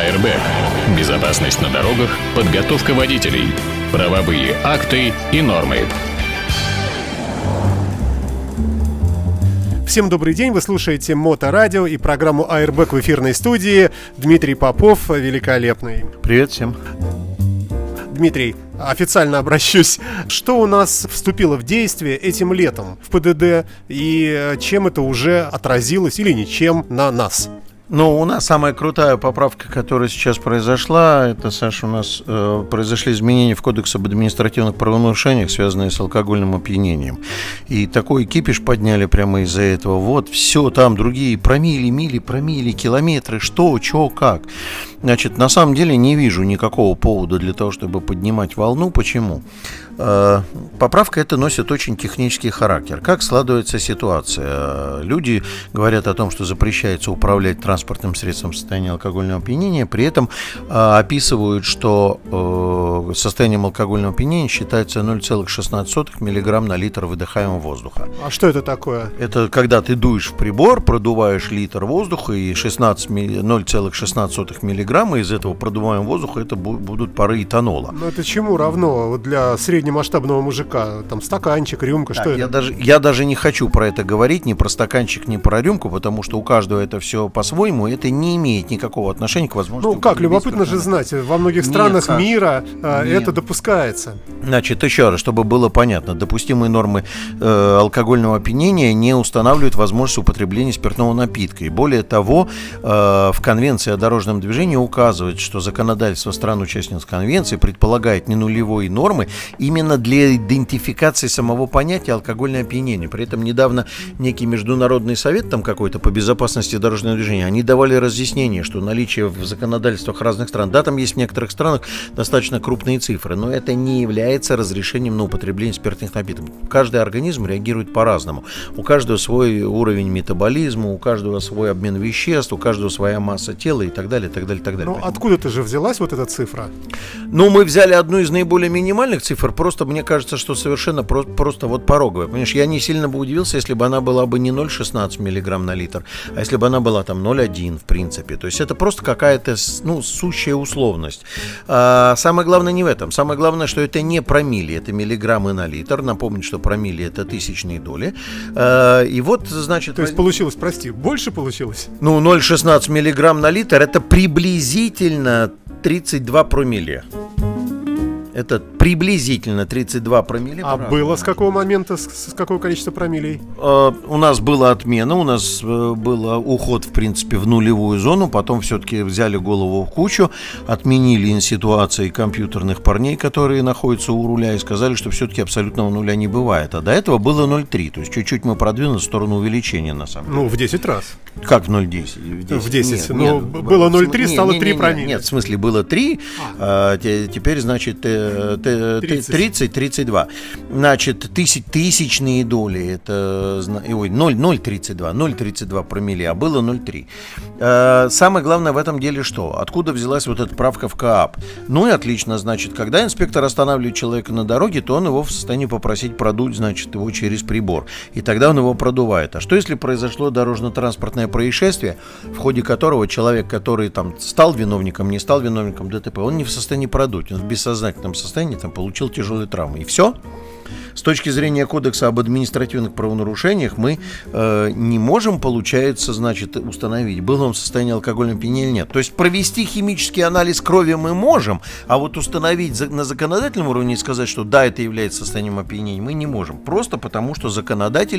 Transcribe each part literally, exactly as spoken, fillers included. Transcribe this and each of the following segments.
Airbag. Безопасность на дорогах, подготовка водителей, правовые акты и нормы. Всем добрый день, вы слушаете Моторадио и программу Airbag в эфирной студии. Дмитрий Попов, великолепный. Привет всем. Дмитрий, официально обращусь. Что у нас вступило в действие этим летом в ПДД и чем это уже отразилось или ничем на нас? Ну, у нас самая крутая поправка, которая сейчас произошла, это, Саша, у нас э, произошли изменения в Кодекс об административных правонарушениях, связанные с алкогольным опьянением. И такой кипиш подняли прямо из-за этого. Вот, все там, другие промили, мили, промили, километры, что, что, как. Значит, на самом деле не вижу никакого повода для того, чтобы поднимать волну. Почему? Э, поправка эта носит очень технический характер. Как складывается ситуация? Люди говорят о том, что запрещается управлять транспортом, транспортным средством в состоянии алкогольного опьянения, при этом э, описывают, что э, состоянием алкогольного опьянения считается ноль целых шестнадцать сотых миллиграмм на литр выдыхаемого воздуха. А что это такое? Это когда ты дуешь в прибор, продуваешь литр воздуха, и шестнадцать, ноль целых шестнадцать сотых миллиграмма из этого продуваемого воздуха это будут пары этанола. Ну это чему равно вот для среднемасштабного мужика? Там стаканчик, рюмка, так, что я это? Даже, я даже не хочу про это говорить, ни про стаканчик, ни про рюмку, потому что у каждого это все по-своему. Это не имеет никакого отношения к возможности. Ну как, любопытно же знать, во многих странах Нет, мира а, это допускается. Значит, еще раз, чтобы было понятно, допустимые нормы э, алкогольного опьянения не устанавливают возможность употребления спиртного напитка. И более того, э, в Конвенции о дорожном движении указывает, что законодательство стран-участниц Конвенции предполагает не нулевые нормы именно для идентификации самого понятия алкогольное опьянение. При этом недавно некий международный совет там какой-то по безопасности дорожного движения, они давали разъяснение, что наличие в законодательствах разных стран, да, там есть в некоторых странах достаточно крупные цифры, но это не является разрешением на употребление спиртных напитков. Каждый организм реагирует по-разному. У каждого свой уровень метаболизма, у каждого свой обмен веществ, у каждого своя масса тела и так далее, и так далее, и так далее. Ну, откуда-то же взялась вот эта цифра? Ну, мы взяли одну из наиболее минимальных цифр, просто мне кажется, что совершенно про- просто вот пороговая. Понимаешь, я не сильно бы удивился, если бы она была бы не ноль целых шестнадцать миллиграмм на литр, а если бы она была там ноль целых один, в принципе. То есть это просто какая-то, ну, сущая условность. А, самое главное не в этом. Самое главное, что это не промилле, это миллиграммы на литр. Напомню, что промилле это тысячные доли. А, и вот, значит... То есть получилось, прости, больше получилось? Ну, ноль целых шестнадцать миллиграмм на литр это приблизительно тридцать два промилле. Это приблизительно тридцать два промилле. А правда. Было с какого момента, с, с какого количества промиллей? Uh, у нас была отмена, у нас uh, был уход, в принципе, в нулевую зону. Потом все-таки взяли голову в кучу, отменили инситуации компьютерных парней, которые находятся у руля, и сказали, что все-таки абсолютного нуля не бывает. А до этого было ноль целых три. То есть чуть-чуть мы продвинули в сторону увеличения, на самом деле. Ну, в десять раз. Как в ноль целых десять? В десять, в десять. Нет, ну, нет, было ноль целых три, нет, стало нет, три нет, промилле. Нет, в смысле, было три, а, теперь, значит, тридцать, тридцать два. Значит, тысяч, тысячные доли, это, ой, ноль целых тридцать два, ноль целых тридцать два промилле, а было ноль целых три. А, самое главное в этом деле что? Откуда взялась вот эта правка в КоАП? Ну и отлично, значит, когда инспектор останавливает человека на дороге, то он его в состоянии попросить продуть, значит, его через прибор. И тогда он его продувает. А что если произошло дорожно-транспортное происшествие, в ходе которого человек, который там стал виновником, не стал виновником ДТП, он не в состоянии продуть, он в бессознательном состоянии там получил тяжелые травмы. И все. С точки зрения Кодекса об административных правонарушениях мы э, не можем, получается, значит, установить, был он в состоянии алкогольного опьянения или нет. То есть провести химический анализ крови мы можем, а вот установить за, на законодательном уровне и сказать, что да, это является состоянием опьянения, мы не можем. Просто потому, что законодатель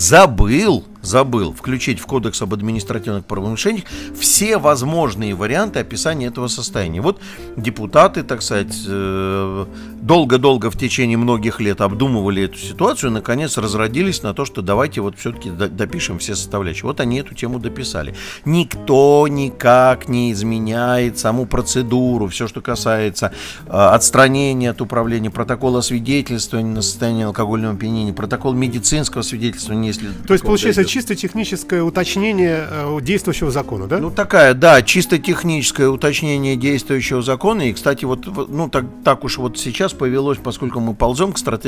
забыл, забыл включить в Кодекс об административных правонарушениях все возможные варианты описания этого состояния. Вот депутаты, так сказать, э, долго-долго в течение многих лет обдумывали эту ситуацию, наконец разродились на то, что давайте вот все-таки допишем все составляющие. Вот они эту тему дописали. Никто никак не изменяет саму процедуру, все, что касается э, отстранения от управления, протокола свидетельствования на состояние алкогольного опьянения, протокол медицинского свидетельствования, если... То есть, получается, дойдет. Чисто техническое уточнение э, действующего закона, да? Ну, такая, да, чисто техническое уточнение действующего закона. И, кстати, вот, ну, так, так уж вот сейчас повелось, поскольку мы ползем к стратегии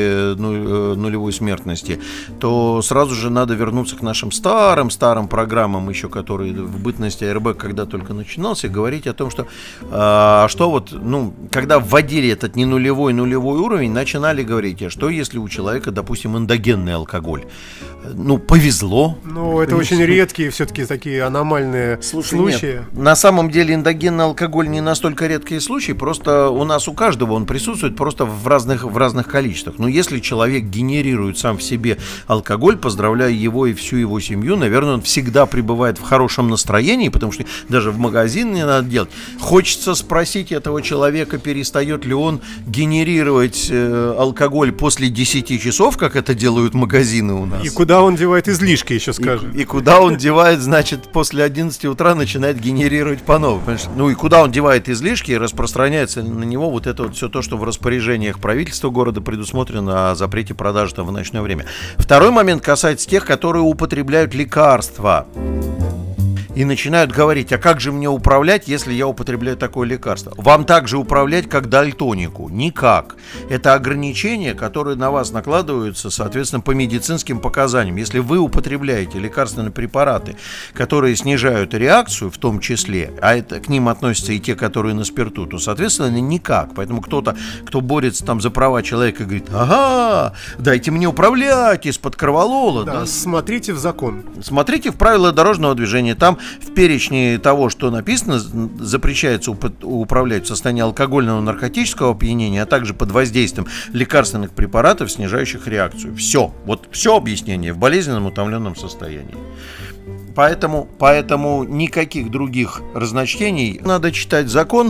нулевые, нулевой смертности, то сразу же надо вернуться к нашим старым-старым программам, еще которые в бытности Airbag, когда только начинался, говорить о том, что, а, что вот, ну, когда вводили этот не нулевой, нулевой уровень, начинали говорить, а что если у человека, допустим, эндогенный алкоголь? Ну, повезло. Ну, это очень редкие все-таки такие аномальные Слушай, случаи. Нет, на самом деле эндогенный алкоголь не настолько редкий случай, просто у нас у каждого он присутствует просто в разных, в разных количествах. Но если человек генерирует сам в себе алкоголь, поздравляю его и всю его семью, наверное, он всегда пребывает в хорошем настроении, потому что даже в магазин не надо делать. Хочется спросить этого человека, перестает ли он генерировать э, алкоголь после десяти часов, как это делают магазины у нас. И куда он девает излишки, еще скажем. И, и куда он девает, значит, после одиннадцати утра начинает генерировать по новой. Ну и куда он девает излишки, и распространяется на него вот это вот все то, что в распоряжениях правительства города предусмотрено о запрете продажи там в ночное время. Второй момент касается тех, которые употребляют лекарства. И начинают говорить, а как же мне управлять, если я употребляю такое лекарство? Вам так же управлять, как дальтонику? Никак. Это ограничения, которые на вас накладываются, соответственно, по медицинским показаниям. Если вы употребляете лекарственные препараты, которые снижают реакцию, в том числе, а это, к ним относятся и те, которые на спирту, то, соответственно, никак. Поэтому кто-то, кто борется там за права человека, говорит, ага, дайте мне управлять из-под корвалола. Да, да. Смотрите в закон. Смотрите в правила дорожного движения. Там в перечне того, что написано, запрещается управлять в состоянии алкогольного наркотического опьянения, а также под воздействием лекарственных препаратов, снижающих реакцию. Все. Вот все объяснение в болезненном утомленном состоянии. Поэтому, поэтому никаких других разночтений. Надо читать закон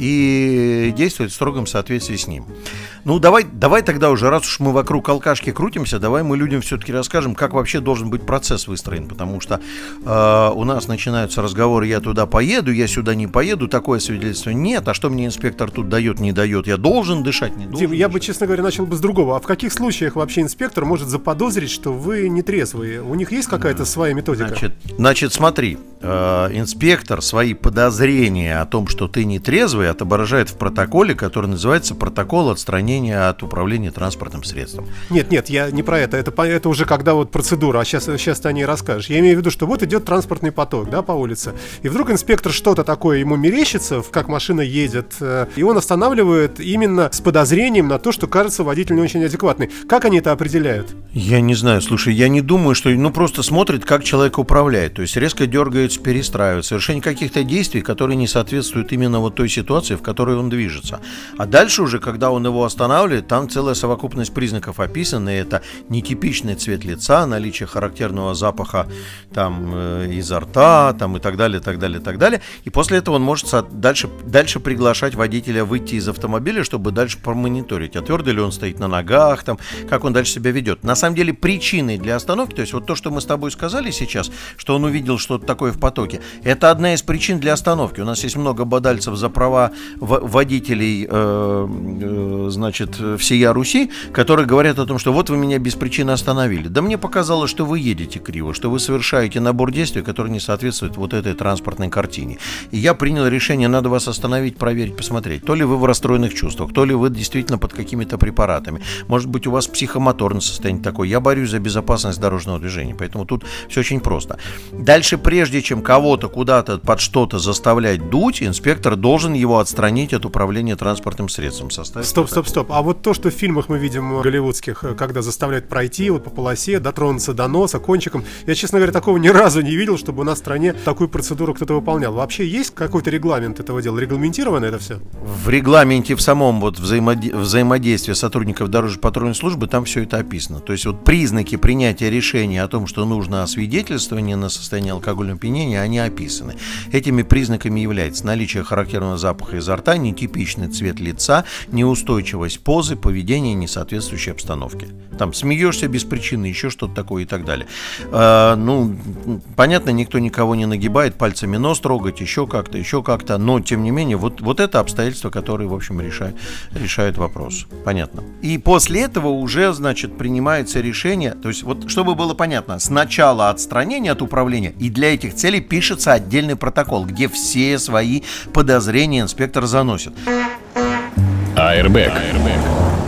и действовать в строгом соответствии с ним. Ну, давай, давай тогда уже, раз уж мы вокруг алкашки крутимся, давай мы людям все-таки расскажем, как вообще должен быть процесс выстроен. Потому что э, у нас начинаются разговоры, я туда поеду, я сюда не поеду, такое свидетельство нет, а что мне инспектор тут дает, не дает, я должен дышать, не должен Дим, дышать. Я бы, честно говоря, начал бы с другого. А в каких случаях вообще инспектор может заподозрить, что вы нетрезвые? У них есть какая-то своя методика? Значит, Значит, смотри, э, инспектор свои подозрения о том, что ты нетрезвый, отображает в протоколе, который называется «Протокол отстранения от управления транспортным средством». Нет, нет, я не про это. Это, это уже когда вот процедура, а сейчас, сейчас ты о ней расскажешь. Я имею в виду, что вот идет транспортный поток, да, по улице, и вдруг инспектор что-то такое ему мерещится, как машина едет, э, и он останавливает именно с подозрением на то, что, кажется, водитель не очень адекватный. Как они это определяют? Я не знаю, слушай, я не думаю, что... Ну, просто смотрит, как человек управляет. То есть резко дергается, перестраивает, совершение каких-то действий, которые не соответствуют именно вот той ситуации, в которой он движется. А дальше уже, когда он его останавливает, там целая совокупность признаков описана. Это нетипичный цвет лица, наличие характерного запаха там, э, изо рта, там, и так далее, так далее, так далее. И после этого он может дальше, дальше приглашать водителя выйти из автомобиля, чтобы дальше промониторить, а твердо ли он стоит на ногах, там, как он дальше себя ведет. На самом деле причиной для остановки, то есть вот то, что мы с тобой сказали сейчас, что он увидел что-то такое в потоке, это одна из причин для остановки. У нас есть много бодальцев за права водителей, э, э, значит, всея Руси, которые говорят о том, что вот вы меня без причины остановили. Да мне показалось, что вы едете криво, что вы совершаете набор действий, который не соответствует вот этой транспортной картине. И я принял решение, надо вас остановить, проверить, посмотреть. То ли вы в расстроенных чувствах, то ли вы действительно под какими-то препаратами. Может быть, у вас психомоторное состояние такое. Я борюсь за безопасность дорожного движения, поэтому тут все очень просто. Дальше, прежде чем кого-то куда-то под что-то заставлять дуть, инспектор должен его отстранить от управления транспортным средством. Составить стоп, стоп, стоп. А вот то, что в фильмах мы видим голливудских, когда заставляют пройти вот по полосе, дотронуться до носа, кончиком, я, честно говоря, такого ни разу не видел, чтобы у нас в стране такую процедуру кто-то выполнял. Вообще есть какой-то регламент этого дела? Регламентировано это все? В регламенте в самом вот взаимоди- взаимодействии сотрудников дорожно-патрульной службы там все это описано. То есть вот признаки принятия решения о том, что нужно освидетельствование на состояние алкогольного опьянения, они описаны. Этими признаками является наличие характерного запаха изо рта, нетипичный цвет лица, неустойчивость позы, поведение, несоответствующей обстановке. Там смеешься без причины, еще что-то такое и так далее. А, ну, понятно, никто никого не нагибает, пальцами нос трогать, еще как-то, еще как-то, но, тем не менее, вот, вот это обстоятельства, которые, в общем, решают, решают вопрос. Понятно. И после этого уже, значит, принимается решение, то есть, вот, чтобы было понятно, сначала отстранение от управления, и для этих целей пишется отдельный протокол, где все свои подозрения инспектор заносит. Airbag.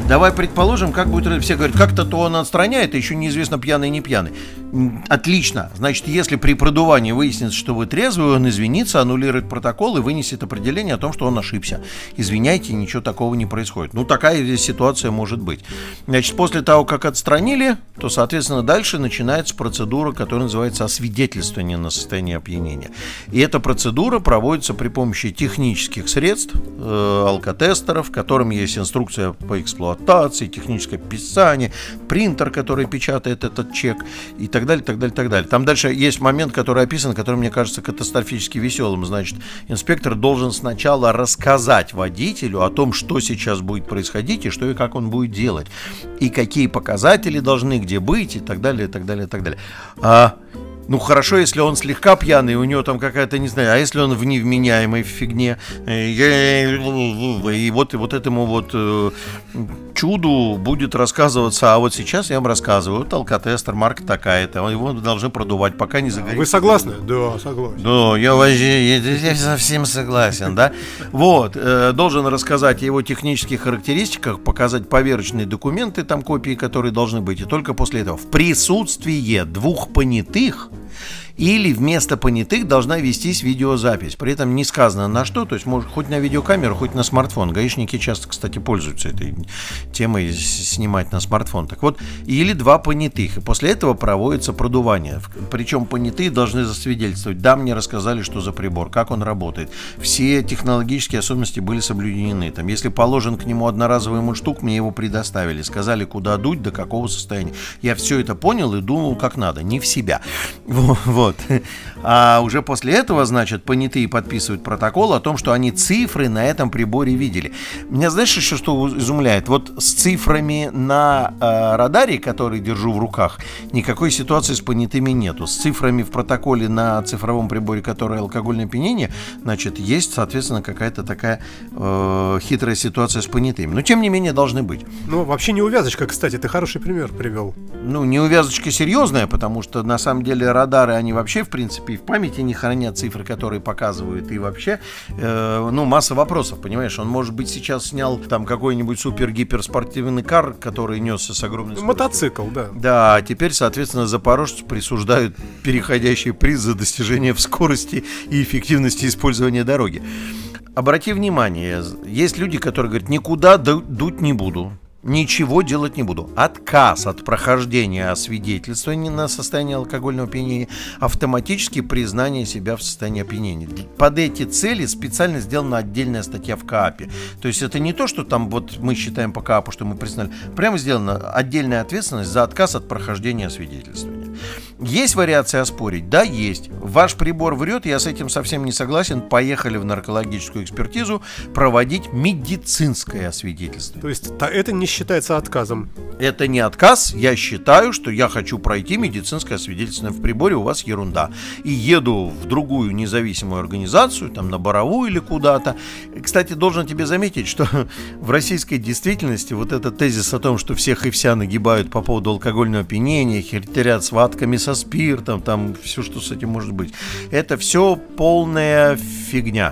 Давай предположим, как будет... Все говорят, как-то то он отстраняет, а еще неизвестно, пьяный, не пьяный. Отлично. Значит, если при продувании выяснится, что вы трезвый, он извинится, аннулирует протокол и вынесет определение о том, что он ошибся. Извиняйте, ничего такого не происходит. Ну, такая ситуация может быть. Значит, после того, как отстранили, то, соответственно, дальше начинается процедура, которая называется освидетельствование на состояние опьянения. И эта процедура проводится при помощи технических средств, э, алкотестеров, в котором есть инструкция по эксплуатации, техническое описание, принтер, который печатает этот чек и так далее, так далее, так далее. Там дальше есть момент, который описан, который мне кажется катастрофически веселым. Значит, инспектор должен сначала рассказать водителю о том, что сейчас будет происходить и что и как он будет делать, и какие показатели должны где быть и так далее, и так далее, и так далее. А Ну, хорошо, если он слегка пьяный, у него там какая-то, не знаю, а если он в невменяемой фигне, и вот, и вот этому вот э, чуду будет рассказываться, а вот сейчас я вам рассказываю, вот алкотестер, марка такая-то, его должны продувать, пока не загорится. Вы согласны? Да, согласен. Да, я вообще я, я совсем согласен, да. Вот, э, должен рассказать о его технических характеристиках, показать поверочные документы, там копии, которые должны быть, и только после этого в присутствии двух понятых или вместо понятых должна вестись видеозапись. При этом не сказано на что, то есть может хоть на видеокамеру, хоть на смартфон. Гаишники часто, кстати, пользуются этой темой снимать на смартфон. Так вот, или два понятых. И после этого проводится продувание. Причем понятые должны засвидетельствовать: да, мне рассказали, что за прибор, как он работает. Все технологические особенности были соблюдены. Там, если положен к нему одноразовый мундштук, мне его предоставили. Сказали, куда дуть, до какого состояния. Я все это понял и думал, как надо, не в себя. Вот. А уже после этого, значит, понятые подписывают протокол о том, что они цифры на этом приборе видели. Меня, знаешь, еще что изумляет? Вот с цифрами на э, радаре, который держу в руках, никакой ситуации с понятыми нету. С цифрами в протоколе на цифровом приборе, который алкогольное опьянение, значит, есть, соответственно, какая-то такая э, хитрая ситуация с понятыми. Но, тем не менее, должны быть. Ну, вообще неувязочка, кстати, ты хороший пример привел. Ну, неувязочка серьезная, потому что, на самом деле, радары, они вообще, в принципе, и в памяти не хранят цифры, которые показывают, и вообще, э, ну, масса вопросов, понимаешь, он, может быть, сейчас снял там какой-нибудь супер-гиперспортивный кар, который несся с огромной скоростью. Мотоцикл, да. Да, а теперь, соответственно, запорожцу присуждают переходящий приз за достижение в скорости и эффективности использования дороги. Обрати внимание, есть люди, которые говорят: никуда дуть не буду. Ничего делать не буду. Отказ от прохождения освидетельствования на состояние алкогольного опьянения, автоматически признание себя в состоянии опьянения. Под эти цели специально сделана отдельная статья в КААПе. То есть это не то, что там вот мы считаем по КААПу, что мы признали. Прямо сделана отдельная ответственность за отказ от прохождения освидетельствования. Есть вариация оспорить? Да, есть. Ваш прибор врет, я с этим совсем не согласен. Поехали в наркологическую экспертизу проводить медицинское освидетельствование. То есть это не считается отказом? Это не отказ. Я считаю, что я хочу пройти медицинское освидетельствование в приборе, у вас ерунда. И еду в другую независимую организацию, там на Боровую или куда-то. Кстати, должен тебе заметить, что в российской действительности вот этот тезис о том, что всех и вся нагибают по поводу алкогольного опьянения, хитрят с ватками со спиртом, там все, что с этим может быть, это все полная фигня.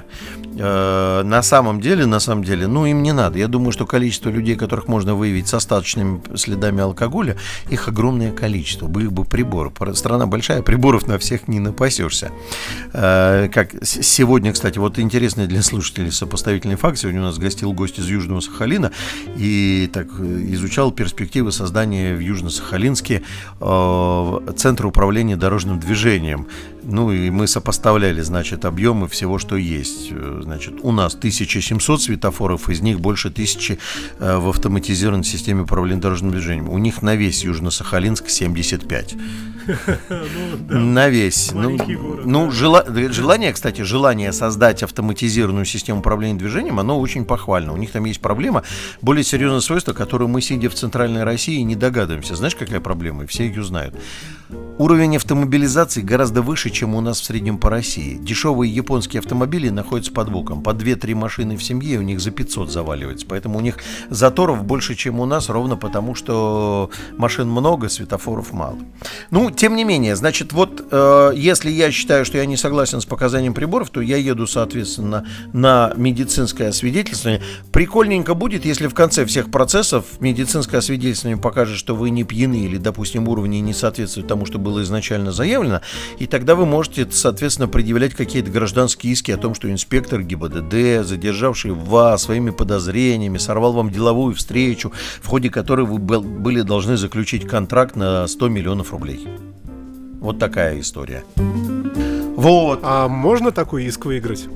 Э, на самом деле, на самом деле, ну, им не надо. Я думаю, что количество людей, которых можно выявить с остаточными следами алкоголя, их огромное количество. Были бы приборы. Страна большая, приборов на всех не напасешься. Э, как сегодня, кстати, вот интересный для слушателей сопоставительный факт. Сегодня у нас гостил гость из Южного Сахалина и так изучал перспективы создания в Южно-Сахалинске э, Центра управления дорожным движением. Ну, и мы сопоставляли, значит, объемы всего, что есть. Значит, у нас тысяча семьсот светофоров, из них больше тысячи э, в автоматизированной системе управления дорожным движением. У них на весь Южно-Сахалинск семьдесят пять. На весь. Ну, желание, кстати, желание создать автоматизированную систему управления движением, оно очень похвально. У них там есть проблема, более серьезное свойство, которое мы, сидя в центральной России, не догадываемся. Знаешь, какая проблема? И все ее знают. Уровень автомобилизации гораздо выше, чем у нас в среднем по России. Дешевые японские автомобили находятся под боком. По две-три машины в семье у них за пятьсот заваливается. Поэтому у них заторов больше, чем у нас, ровно потому, что машин много, светофоров мало. Ну, тем не менее, значит, вот э, если я считаю, что я не согласен с показанием приборов, то я еду, соответственно, на медицинское освидетельствование. Прикольненько будет, если в конце всех процессов медицинское освидетельствование покажет, что вы не пьяны или, допустим, уровни не соответствуют тому, что было изначально заявлено, и тогда вы можете, соответственно, предъявлять какие-то гражданские иски о том, что инспектор ГИБДД, задержавший вас своими подозрениями, сорвал вам деловую встречу, в ходе которой вы были должны заключить контракт на сто миллионов рублей. Вот такая история. Вот. А можно такой иск выиграть?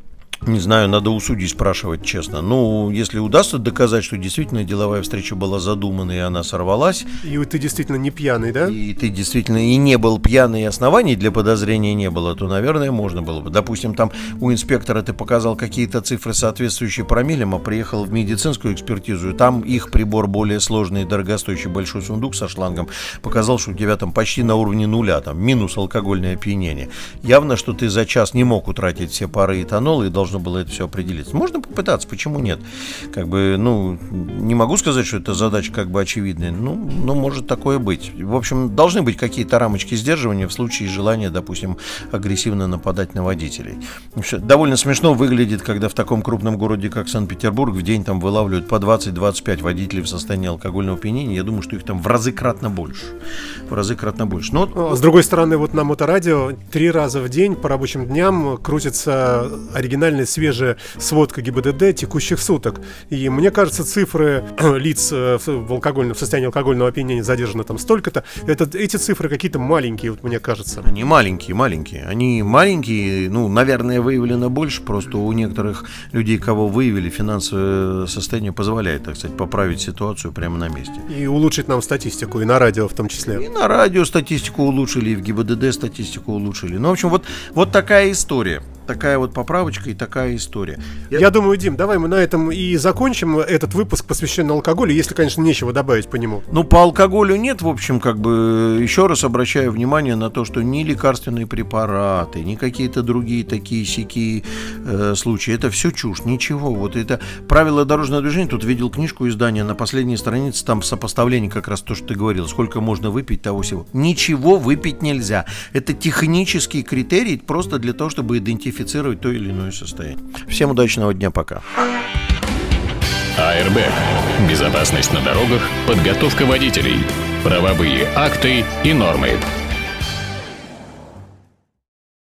Не знаю, надо у судей спрашивать, честно. Ну, если удастся доказать, что действительно деловая встреча была задумана, и она сорвалась. И ты действительно не пьяный, да? И ты действительно и не был пьяный, и оснований для подозрения не было, то, наверное, можно было бы. Допустим, там у инспектора ты показал какие-то цифры, соответствующие промиллям, а приехал в медицинскую экспертизу, и там их прибор более сложный и дорогостоящий, большой сундук со шлангом, показал, что у тебя там почти на уровне нуля, там минус алкогольное опьянение. Явно, что ты за час не мог утратить все пары этанола и должен было это все определить. Можно попытаться, почему нет? Как бы, ну, не могу сказать, что эта задача как бы очевидная. Ну, ну, может такое быть. В общем, должны быть какие-то рамочки сдерживания в случае желания, допустим, агрессивно нападать на водителей. Довольно смешно выглядит, когда в таком крупном городе, как Санкт-Петербург, в день там вылавливают по двадцать-двадцать пять водителей в состоянии алкогольного опьянения. Я думаю, что их там в разы кратно больше. В разы кратно больше. Но... С другой стороны, вот на Моторадио три раза в день по рабочим дням крутится оригинальный свежая сводка ГИБДД текущих суток. И мне кажется, цифры лиц в, алкогольном, в состоянии алкогольного опьянения задержано там столько-то. Это, эти цифры какие-то маленькие, вот мне кажется. Они маленькие, маленькие. Они маленькие, ну, наверное, выявлено больше. Просто у некоторых людей, кого выявили, финансовое состояние позволяет, так сказать, поправить ситуацию прямо на месте. И улучшить нам статистику, и на радио в том числе. И на радио статистику улучшили, и в ГИБДД статистику улучшили. Ну, в общем, вот, вот такая история. Такая вот поправочка и такая история. Я... Я думаю, Дим, давай мы на этом и закончим этот выпуск, посвященный алкоголю, если, конечно, нечего добавить по нему. Ну, по алкоголю нет, в общем, как бы, еще раз обращаю внимание на то, что ни лекарственные препараты, ни какие-то другие такие сякие э, случаи, это все чушь, ничего. Вот это правила дорожного движения, тут видел книжку издания, на последней странице там сопоставление как раз то, что ты говорил, сколько можно выпить того всего. Ничего выпить нельзя. Это технический критерий просто для того, чтобы идентифицировать то или иное состояние. Всем удачного дня, пока. АРБ. Безопасность на дорогах, подготовка водителей, правовые акты и нормы.